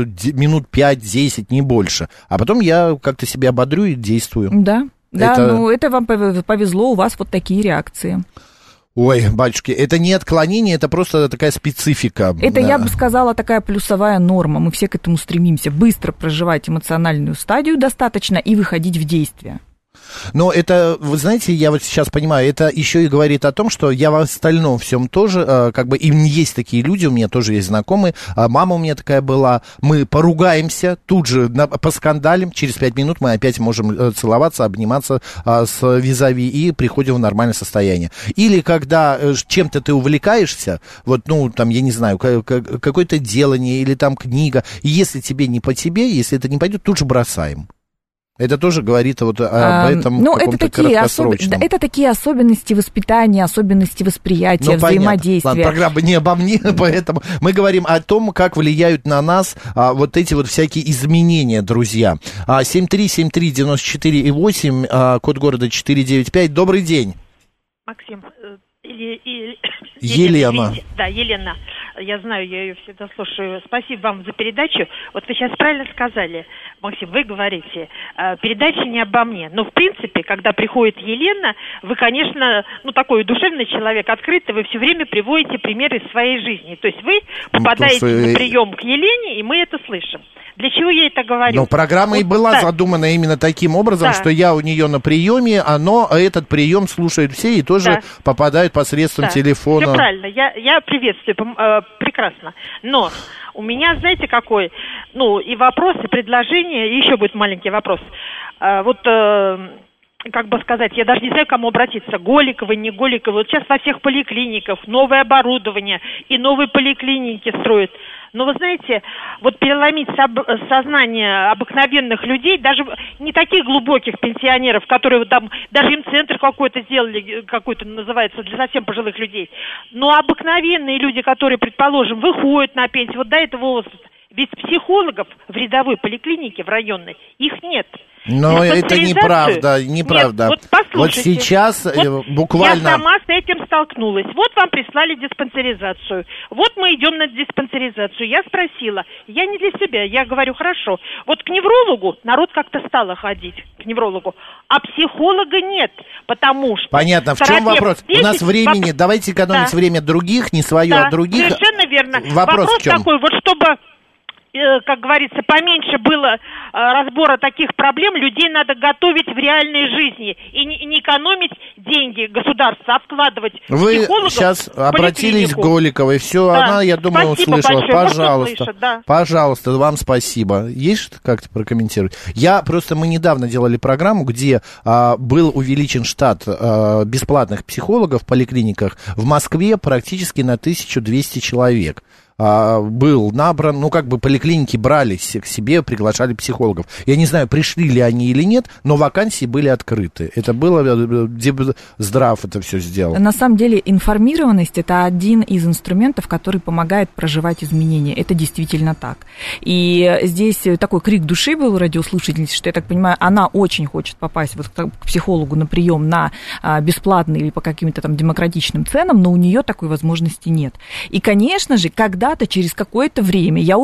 5-10, не больше. А потом я как-то себя ободрю и действую. Да, ну, это вам повезло, у вас вот такие реакции. Ой, батюшки, это не отклонение, это просто такая специфика. Это, я бы сказала, такая плюсовая норма. Мы все к этому стремимся. Быстро проживать эмоциональную стадию достаточно и выходить в действие. Но это, вы знаете, я вот сейчас понимаю, это еще и говорит о том, что я в остальном всем тоже, как бы, и есть такие люди, у меня тоже есть знакомые, мама у меня такая была, мы поругаемся, тут же поскандалим, через 5 минут мы опять можем целоваться, обниматься с визави и приходим в нормальное состояние. Или когда чем-то ты увлекаешься, вот, ну, там, я не знаю, какое-то делание или там книга, и если тебе не по тебе, если это не пойдет, тут же бросаем. Это тоже говорит вот об этом, ну, каком-то краткосрочном. Это такие особенности воспитания, особенности восприятия, взаимодействия. Ладно, программа не обо мне, поэтому мы говорим о том, как влияют на нас вот эти вот всякие изменения, друзья. 7373948, код города 495. Добрый день. Максим. Елена. Да, Елена. Я знаю, я ее всегда слушаю. Спасибо вам за передачу. Вот вы сейчас правильно сказали, Максим, вы говорите, передача не обо мне. Но, в принципе, когда приходит Елена, вы, конечно, ну, такой душевный человек, открытый, вы все время приводите примеры из своей жизни. То есть вы попадаете на прием к Елене, и мы это слышим. Для чего я это говорю? Но программа и была задумана именно таким образом, что я у нее на приеме, но этот прием слушают все и тоже попадают посредством телефона. Все правильно, я приветствую, прекрасно. Но у меня, знаете, какой, ну, и вопрос, и предложение, и еще будет маленький вопрос. Вот как бы сказать, я даже не знаю, к кому обратиться, Голиковой, не Голиковой. Вот сейчас во всех поликлиниках новое оборудование и новые поликлиники строят. Но вы знаете, вот переломить сознание обыкновенных людей, даже не таких глубоких пенсионеров, которые вот там, даже им центр какой-то сделали, какой-то называется, для совсем пожилых людей, но обыкновенные люди, которые, предположим, выходят на пенсию, вот до этого возраста, ведь психологов в рядовой поликлинике, в районной, их нет. Но это неправда. Нет, вот сейчас буквально... Я сама с этим столкнулась. Вот вам прислали диспансеризацию. Вот мы идем на диспансеризацию. Я спросила, я не для себя, я говорю, хорошо. Вот к неврологу народ как-то стало ходить, к неврологу, а психолога нет, потому что... Понятно, в чем вопрос? У нас времени, давайте экономить время других, не свое, а других. Совершенно верно. Вопрос в чем? Такой, вот чтобы... как говорится, поменьше было разбора таких проблем, людей надо готовить в реальной жизни и не экономить деньги государства, а вкладывать в психологов. Вы сейчас обратились к Голиковой, все, да. Она, я думаю, спасибо услышала. Большое. Пожалуйста, услышит, да. Пожалуйста, вам спасибо. Есть что как-то прокомментировать? Мы недавно делали программу, где был увеличен штат бесплатных психологов в поликлиниках в Москве практически на 1200 человек. Был набран, поликлиники брались к себе, приглашали психологов. Я не знаю, пришли ли они или нет, но вакансии были открыты. Это было, Здрав это все сделал. На самом деле информированность – это один из инструментов, который помогает проживать изменения. Это действительно так. И здесь такой крик души был у радиослушательницы, что, я так понимаю, она очень хочет попасть вот к психологу на прием на бесплатный или по каким-то там демократичным ценам, но у нее такой возможности нет. И, конечно же, когда-то через какое-то время, я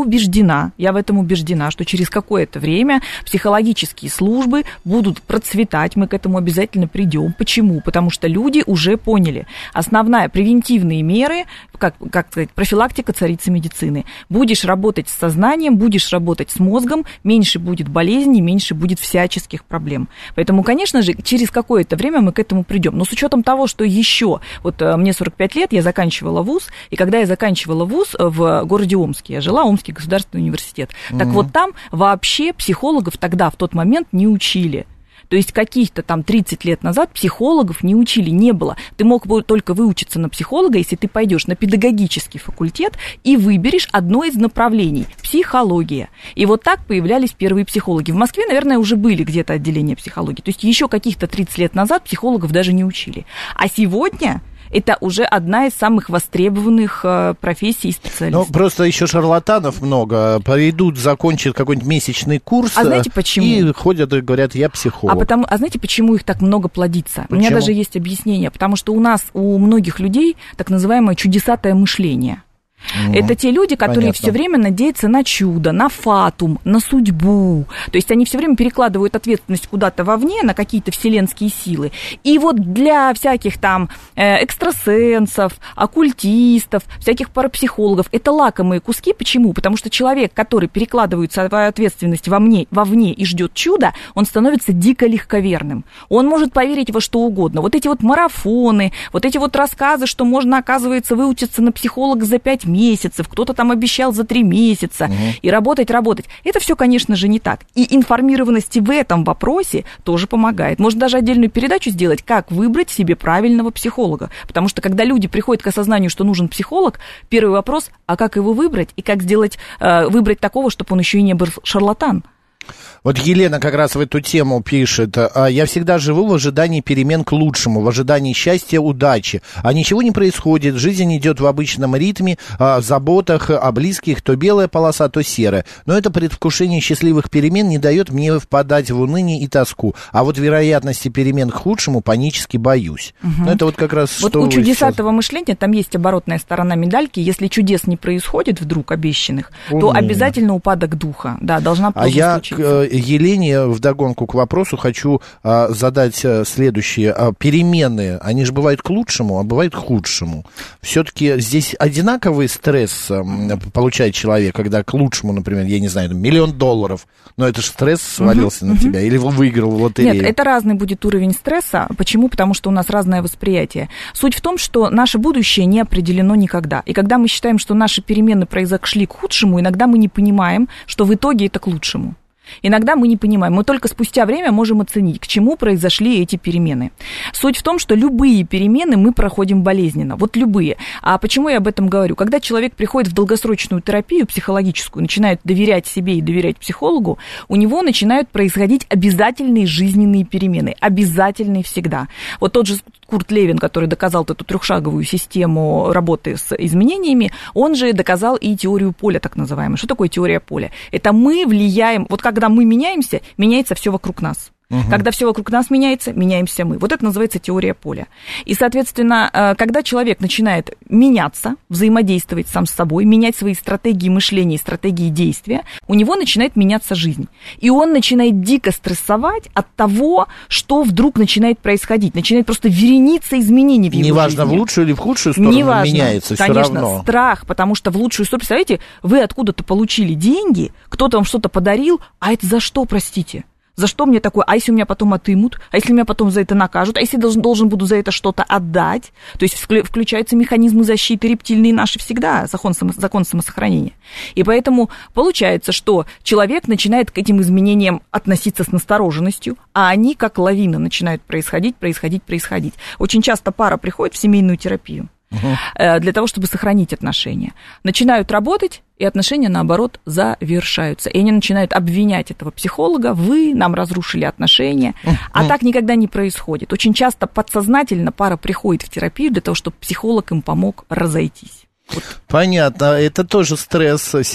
в этом убеждена, что через какое-то время психологические службы будут процветать, мы к этому обязательно придем. Почему? Потому что люди уже поняли. Основная превентивные меры, как сказать, профилактика царицы медицины. Будешь работать с сознанием, будешь работать с мозгом, меньше будет болезней, меньше будет всяческих проблем. Поэтому, конечно же, через какое-то время мы к этому придем. Но с учетом того, что еще, вот мне 45 лет, я заканчивала вуз, и когда я заканчивала вуз в городе Омске, я жила, Омский государственный университет. Так вот там вообще психологов тогда, в тот момент, не учили. То есть каких-то там 30 лет назад психологов не учили, не было. Ты мог бы только выучиться на психолога, если ты пойдешь на педагогический факультет и выберешь одно из направлений – психология. И вот так появлялись первые психологи. В Москве, наверное, уже были где-то отделения психологии. То есть еще каких-то 30 лет назад психологов даже не учили. А сегодня... это уже одна из самых востребованных профессий и специальностей. Ну, просто еще шарлатанов много. Придут, закончат какой-нибудь месячный курс. А знаете почему? И ходят и говорят, я психолог. А знаете, почему их так много плодится? Почему? У меня даже есть объяснение. Потому что у многих людей так называемое чудесатое мышление. Это те люди, которые все время надеются на чудо, на фатум, на судьбу. То есть они все время перекладывают ответственность куда-то вовне, на какие-то вселенские силы. И вот для всяких там экстрасенсов, оккультистов, всяких парапсихологов это лакомые куски. Почему? Потому что человек, который перекладывает свою ответственность вовне и ждет чуда, он становится дико легковерным. Он может поверить во что угодно. Вот эти вот марафоны, вот эти вот рассказы, что можно, оказывается, выучиться на психолога за 5 месяцев, кто-то там обещал за 3 месяца, и работать. Это все, конечно же, не так. И информированности в этом вопросе тоже помогает. Можно даже отдельную передачу сделать, как выбрать себе правильного психолога. Потому что, когда люди приходят к осознанию, что нужен психолог, первый вопрос, а как его выбрать, и как выбрать такого, чтобы он еще и не был шарлатан. Вот Елена как раз в эту тему пишет. Я всегда живу в ожидании перемен к лучшему, в ожидании счастья, удачи. А ничего не происходит, жизнь идет в обычном ритме, в заботах о близких, то белая полоса, то серая. Но это предвкушение счастливых перемен не дает мне впадать в уныние и тоску. А вот вероятности перемен к худшему панически боюсь. Но это вот как раз вот что... у чудесатого мышления там есть оборотная сторона медальки. Если чудес не происходит вдруг обещанных, то обязательно упадок духа. Да, должна случиться. Елене вдогонку к вопросу хочу задать следующее. Перемены, они же бывают к лучшему, а бывают к худшему. Все-таки здесь одинаковый стресс получает человек, когда к лучшему, например, я не знаю, $1 миллион, но это же стресс свалился на тебя, или выиграл в лотерею. Нет, это разный будет уровень стресса. Почему? Потому что у нас разное восприятие. Суть в том, что наше будущее не определено никогда. И когда мы считаем, что наши перемены произошли к худшему, иногда мы не понимаем, что в итоге это к лучшему. Иногда мы не понимаем, мы только спустя время можем оценить, к чему произошли эти перемены. Суть в том, что любые перемены мы проходим болезненно, вот любые. А почему я об этом говорю? Когда человек приходит в долгосрочную терапию психологическую, начинает доверять себе и доверять психологу, у него начинают происходить обязательные жизненные перемены, обязательные всегда. Вот тот же Курт Левин, который доказал эту трехшаговую систему работы с изменениями, он же доказал и теорию поля, так называемую. Что такое теория поля? Это мы влияем, вот когда мы меняемся, меняется все вокруг нас. Когда все вокруг нас меняется, меняемся мы. Вот это называется теория поля. И, соответственно, когда человек начинает меняться, взаимодействовать сам с собой, менять свои стратегии мышления, стратегии действия, у него начинает меняться жизнь. И он начинает дико стрессовать от того, что вдруг начинает происходить. Начинает просто верениться изменений в его жизни. Неважно, в лучшую или в худшую сторону меняется, все равно. Конечно, страх, потому что в лучшую сторону, представляете, вы откуда-то получили деньги, кто-то вам что-то подарил, а это за что, простите? За что мне такое? А если у меня потом отымут? А если меня потом за это накажут? А если должен буду за это что-то отдать? То есть включаются механизмы защиты рептильные наши всегда, закон самосохранения. И поэтому получается, что человек начинает к этим изменениям относиться с настороженностью, а они как лавина начинают происходить. Очень часто пара приходит в семейную терапию для того, чтобы сохранить отношения. Начинают работать, и отношения, наоборот, завершаются. И они начинают обвинять этого психолога: вы нам разрушили отношения. А так никогда не происходит. Очень часто подсознательно пара приходит в терапию для того, чтобы психолог им помог разойтись. Понятно, это тоже стресс. 7373948,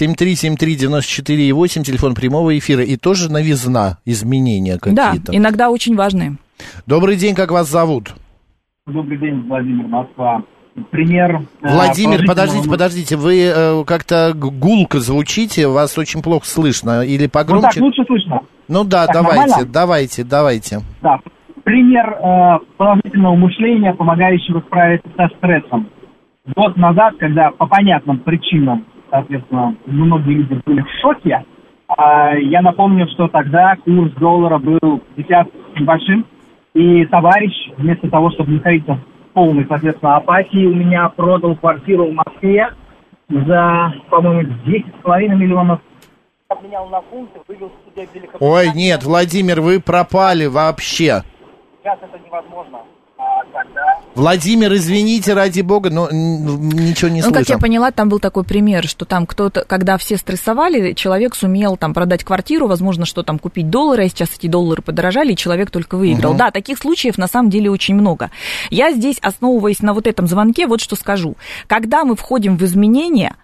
телефон прямого эфира. И тоже новизна, изменения какие-то. Да, иногда очень важные. Добрый день, как вас зовут? Добрый день, Владимир, Москва. Пример... Владимир, подождите, вы как-то гулко звучите, вас очень плохо слышно, или погромче? Ну так, лучше слышно. Ну да, так, давайте. Да, пример положительного мышления, помогающего справиться со стрессом. Год назад, когда по понятным причинам, соответственно, многие люди были в шоке, я напомню, что тогда курс доллара был 50 с небольшим, и товарищ, вместо того, чтобы находиться полной, соответственно, апатии, у меня продал квартиру в Москве за, по-моему, 10,5 миллионов. Обменял на фунты, вывел себе великолепно. Ой, нет, Владимир, вы пропали вообще. Сейчас это невозможно. Владимир, извините, ради бога, но ничего не слышал. Как я поняла, там был такой пример, что там кто-то, когда все стрессовали, человек сумел там продать квартиру, возможно, что там купить доллары, а сейчас эти доллары подорожали, и человек только выиграл. Да, таких случаев на самом деле очень много. Я здесь, основываясь на вот этом звонке, вот что скажу. Когда мы входим в изменения,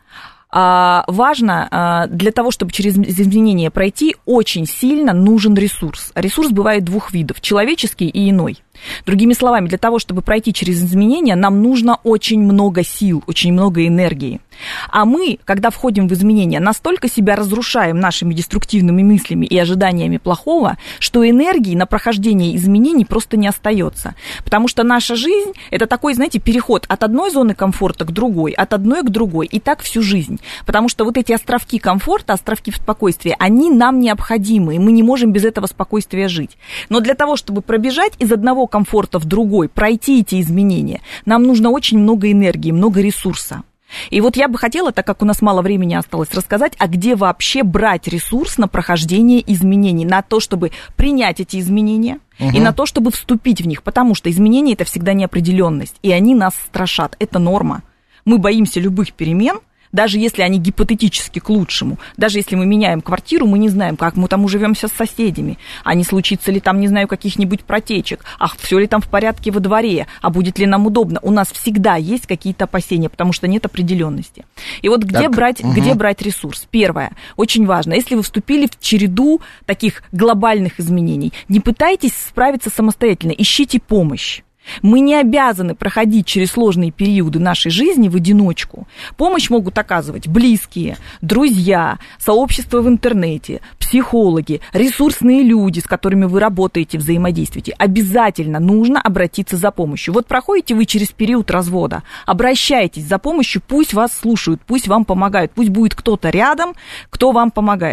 важно, для того, чтобы через изменения пройти, очень сильно нужен ресурс. Ресурс бывает двух видов: человеческий и иной. Другими словами, для того, чтобы пройти через изменения, нам нужно очень много сил, очень много энергии. А мы, когда входим в изменения, настолько себя разрушаем нашими деструктивными мыслями и ожиданиями плохого, что энергии на прохождение изменений просто не остается. Потому что наша жизнь – это такой, знаете, переход от одной зоны комфорта к другой, от одной к другой, и так всю жизнь. Потому что вот эти островки комфорта, островки спокойствия, они нам необходимы, и мы не можем без этого спокойствия жить. Но для того, чтобы пробежать из одного комфорта в другой, пройти эти изменения, нам нужно очень много энергии, много ресурса. И вот я бы хотела, так как у нас мало времени осталось, рассказать, а где вообще брать ресурс на прохождение изменений, на то, чтобы принять эти изменения и на то, чтобы вступить в них, потому что изменения – это всегда неопределенность, и они нас страшат, это норма. Мы боимся любых перемен, даже если они гипотетически к лучшему. Даже если мы меняем квартиру, мы не знаем, как мы там уживемся с соседями, а не случится ли там, не знаю, каких-нибудь протечек, а все ли там в порядке во дворе, а будет ли нам удобно. У нас всегда есть какие-то опасения, потому что нет определенности. И вот где брать ресурс? Первое, очень важно, если вы вступили в череду таких глобальных изменений, не пытайтесь справиться самостоятельно, ищите помощь. Мы не обязаны проходить через сложные периоды нашей жизни в одиночку. Помощь могут оказывать близкие, друзья, сообщества в интернете, психологи, ресурсные люди, с которыми вы работаете, взаимодействуете. Обязательно нужно обратиться за помощью. Вот проходите вы через период развода, обращайтесь за помощью, пусть вас слушают, пусть вам помогают, пусть будет кто-то рядом, кто вам помогает.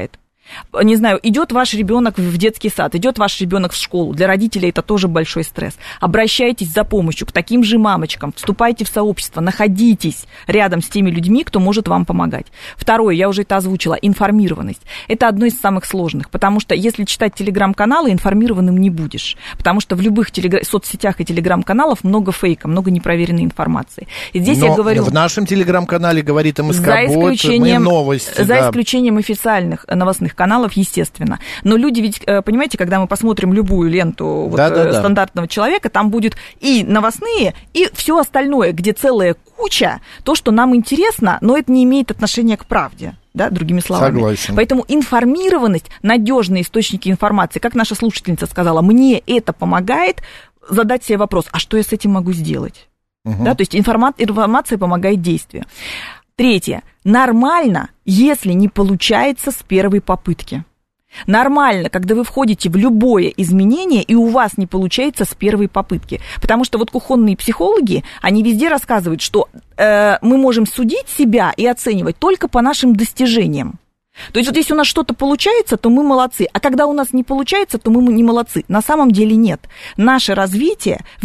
Не знаю, идет ваш ребенок в детский сад, идет ваш ребенок в школу. Для родителей это тоже большой стресс. Обращайтесь за помощью к таким же мамочкам, вступайте в сообщество, находитесь рядом с теми людьми, кто может вам помогать. Второе, я уже это озвучила, информированность. Это одно из самых сложных, потому что если читать телеграм-каналы, информированным не будешь. Потому что в любых соцсетях и телеграм-каналах много фейка, много непроверенной информации. И здесь я говорю... в нашем телеграм-канале говорит МСК-бот, мы новости. За исключением официальных новостных каналов, естественно. Но люди ведь, понимаете, когда мы посмотрим любую ленту стандартного человека, там будет и новостные, и все остальное, где целая куча, то, что нам интересно, но это не имеет отношения к правде. Да, другими словами. Согласен. Поэтому информированность, надежные источники информации, как наша слушательница сказала, мне это помогает задать себе вопрос, а что я с этим могу сделать? Да, то есть информация помогает действию. Третье. Нормально, если не получается с первой попытки. Нормально, когда вы входите в любое изменение, и у вас не получается с первой попытки. Потому что вот кухонные психологи, они везде рассказывают, что мы можем судить себя и оценивать только по нашим достижениям. То есть вот если у нас что-то получается, то мы молодцы, а когда у нас не получается, то мы не молодцы. На самом деле нет. Наше развитие в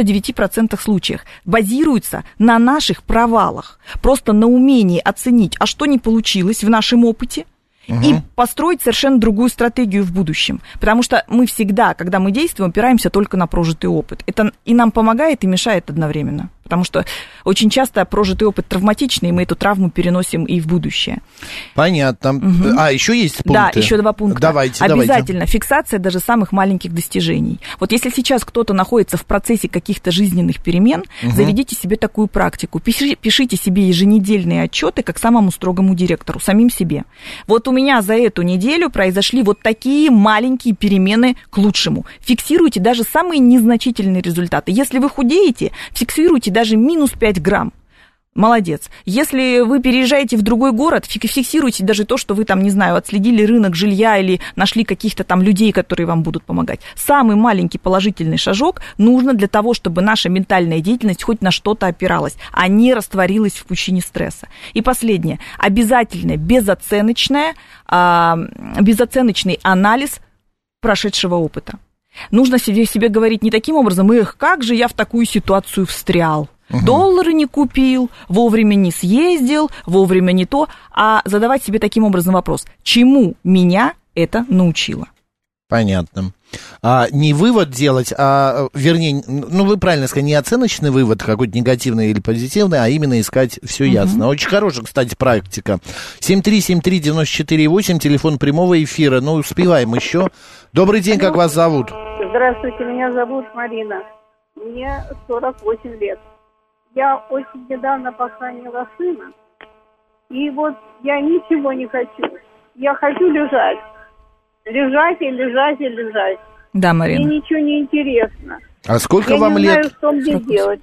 99% случаев базируется на наших провалах, просто на умении оценить, а что не получилось в нашем опыте, и построить совершенно другую стратегию в будущем. Потому что мы всегда, когда мы действуем, опираемся только на прожитый опыт. Это и нам помогает, и мешает одновременно. Потому что очень часто прожитый опыт травматичный, и мы эту травму переносим и в будущее. Понятно. Еще есть пункты? Да, еще 2 пункта. Давайте. Обязательно фиксация даже самых маленьких достижений. Вот если сейчас кто-то находится в процессе каких-то жизненных перемен, заведите себе такую практику. Пишите себе еженедельные отчеты как самому строгому директору, самим себе. Вот у меня за эту неделю произошли вот такие маленькие перемены к лучшему. Фиксируйте даже самые незначительные результаты. Если вы худеете, фиксируйте даже минус 5 грамм. Молодец. Если вы переезжаете в другой город, фиксируйте даже то, что вы там, не знаю, отследили рынок жилья или нашли каких-то там людей, которые вам будут помогать. Самый маленький положительный шажок нужно для того, чтобы наша ментальная деятельность хоть на что-то опиралась, а не растворилась в пучине стресса. И последнее. Обязательно безоценочный анализ прошедшего опыта. Нужно себе говорить не таким образом, как же я в такую ситуацию встрял. Доллары не купил, вовремя не съездил, вовремя не то, а задавать себе таким образом вопрос, чему меня это научило. Понятно. Не вывод делать, вернее, вы правильно сказали, не оценочный вывод, какой-то негативный или позитивный, а именно искать все ясно. Очень хорошая, кстати, практика. 7373948, телефон прямого эфира. Успеваем еще. Добрый день, как вас зовут? Здравствуйте, меня зовут Марина. Мне 48 лет. Я очень недавно похоронила сына. И вот я ничего не хочу. Я хочу лежать. Лежать и лежать и лежать. Да, Марина. Мне ничего не интересно. А сколько вам лет? Я не знаю, что мне делать.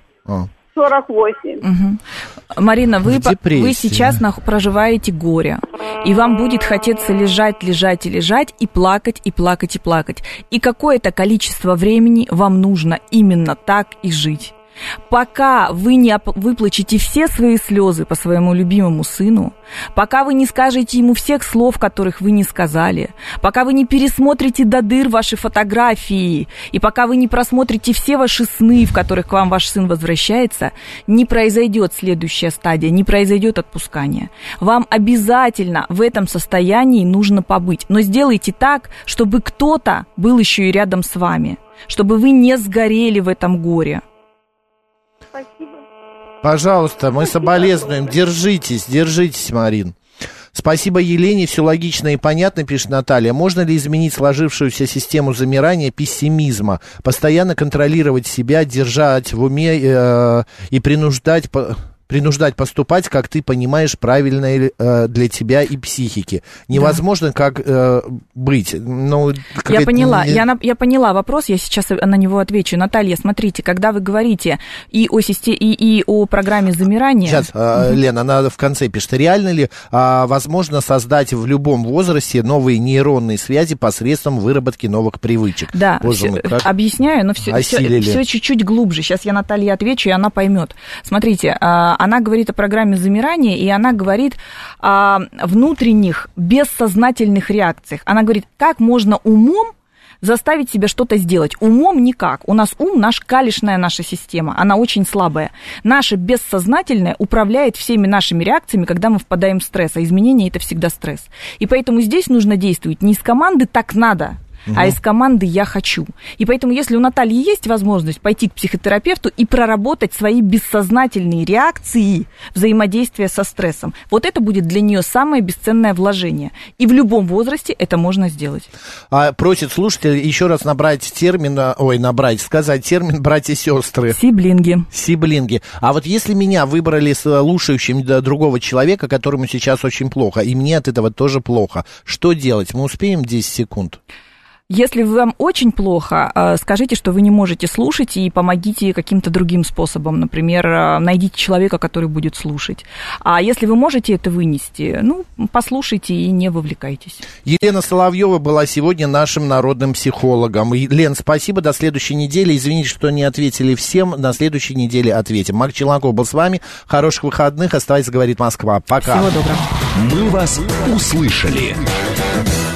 48. Марина, вы сейчас проживаете горе, и вам будет хотеться лежать и плакать, и плакать, и плакать. И какое-то количество времени вам нужно именно так и жить. Пока вы не выплачете все свои слезы по своему любимому сыну, пока вы не скажете ему всех слов, которых вы не сказали, пока вы не пересмотрите до дыр ваши фотографии, и пока вы не просмотрите все ваши сны, в которых к вам ваш сын возвращается, не произойдет следующая стадия, не произойдет отпускание. Вам обязательно в этом состоянии нужно побыть, но сделайте так, чтобы кто-то был еще и рядом с вами, чтобы вы не сгорели в этом горе. Спасибо. Пожалуйста, мы соболезнуем. Держитесь, Марин. Спасибо Елене, все логично и понятно, пишет Наталья. Можно ли изменить сложившуюся систему замирания пессимизма? Постоянно контролировать себя, держать в уме и принуждать поступать, как ты понимаешь, правильно для тебя и психики. Невозможно как быть. Я поняла, я поняла вопрос, я сейчас на него отвечу. Наталья, смотрите, когда вы говорите и о системе, и о программе замирания... Сейчас, Лена, она в конце пишет. Реально ли возможно создать в любом возрасте новые нейронные связи посредством выработки новых привычек? Да, объясняю, но все чуть-чуть глубже. Сейчас я Наталье отвечу, и она поймет. Смотрите, она говорит о программе замирания, и она говорит о внутренних бессознательных реакциях. Она говорит, как можно умом заставить себя что-то сделать. Умом никак. У нас ум, калишная наша система, она очень слабая. Наше бессознательное управляет всеми нашими реакциями, когда мы впадаем в стресс, а изменения – это всегда стресс. И поэтому здесь нужно действовать не из команды «так надо», а из команды «я хочу». И поэтому, если у Натальи есть возможность пойти к психотерапевту и проработать свои бессознательные реакции взаимодействия со стрессом, вот это будет для нее самое бесценное вложение. И в любом возрасте это можно сделать. Просит слушатель еще раз сказать термин «братья-сестры». Сиблинги. А вот если меня выбрали слушающим другого человека, которому сейчас очень плохо, и мне от этого тоже плохо, что делать? Мы успеем 10 секунд? Если вам очень плохо, скажите, что вы не можете слушать, и помогите каким-то другим способом. Например, найдите человека, который будет слушать. А если вы можете это вынести, послушайте и не вовлекайтесь. Елена Соловьева была сегодня нашим народным психологом. Лен, спасибо, до следующей недели. Извините, что не ответили всем, на следующей неделе ответим. Марк Челноков был с вами. Хороших выходных. Оставайтесь, говорит Москва. Пока. Всего доброго. Мы вас услышали.